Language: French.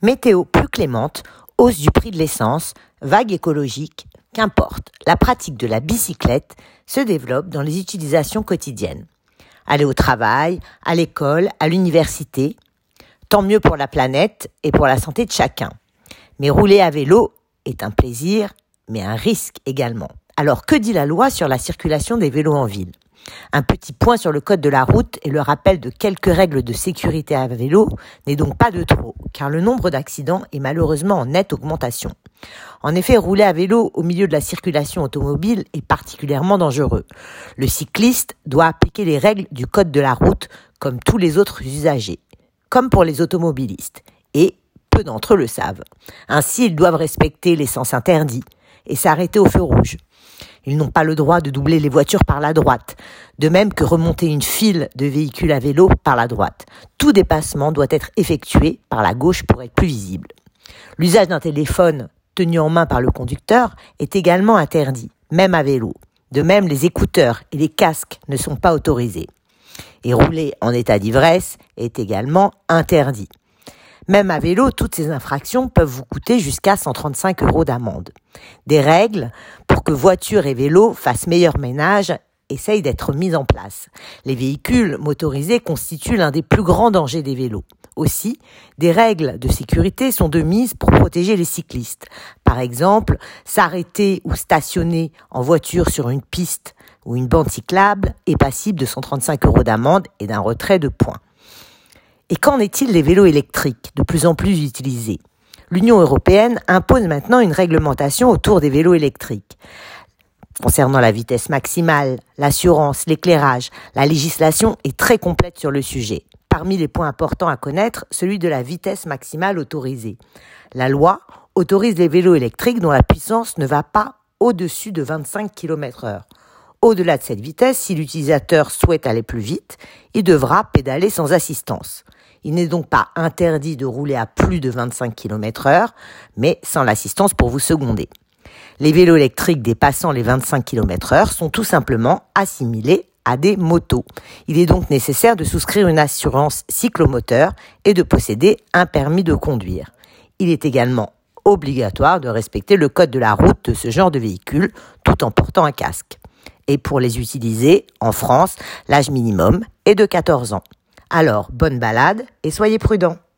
Météo plus clémente, hausse du prix de l'essence, vague écologique, qu'importe, la pratique de la bicyclette se développe dans les utilisations quotidiennes. Aller au travail, à l'école, à l'université, tant mieux pour la planète et pour la santé de chacun. Mais rouler à vélo est un plaisir, mais un risque également. Alors que dit la loi sur la circulation des vélos en ville ? Un petit point sur le code de la route et le rappel de quelques règles de sécurité à vélo n'est donc pas de trop, car le nombre d'accidents est malheureusement en nette augmentation. En effet, rouler à vélo au milieu de la circulation automobile est particulièrement dangereux. Le cycliste doit appliquer les règles du code de la route comme tous les autres usagers, comme pour les automobilistes, et peu d'entre eux le savent. Ainsi, ils doivent respecter les sens interdits et s'arrêter au feu rouge. Ils n'ont pas le droit de doubler les voitures par la droite, de même que remonter une file de véhicules à vélo par la droite. Tout dépassement doit être effectué par la gauche pour être plus visible. L'usage d'un téléphone tenu en main par le conducteur est également interdit, même à vélo. De même, les écouteurs et les casques ne sont pas autorisés. Et rouler en état d'ivresse est également interdit. Même à vélo, toutes ces infractions peuvent vous coûter jusqu'à 135 € d'amende. Des règles pour que voitures et vélos fassent meilleur ménage essayent d'être mises en place. Les véhicules motorisés constituent l'un des plus grands dangers des vélos. Aussi, des règles de sécurité sont de mise pour protéger les cyclistes. Par exemple, s'arrêter ou stationner en voiture sur une piste ou une bande cyclable est passible de 135 € d'amende et d'un retrait de points. Et qu'en est-il des vélos électriques, de plus en plus utilisés ? L'Union européenne impose maintenant une réglementation autour des vélos électriques. Concernant la vitesse maximale, l'assurance, l'éclairage, la législation est très complète sur le sujet. Parmi les points importants à connaître, celui de la vitesse maximale autorisée. La loi autorise les vélos électriques dont la puissance ne va pas au-dessus de 25 km/h. Au-delà de cette vitesse, si l'utilisateur souhaite aller plus vite, il devra pédaler sans assistance. Il n'est donc pas interdit de rouler à plus de 25 km/h, mais sans l'assistance pour vous seconder. Les vélos électriques dépassant les 25 km/h sont tout simplement assimilés à des motos. Il est donc nécessaire de souscrire une assurance cyclomoteur et de posséder un permis de conduire. Il est également obligatoire de respecter le code de la route de ce genre de véhicule tout en portant un casque. Et pour les utiliser, en France, l'âge minimum est de 14 ans. Alors, bonne balade et soyez prudents.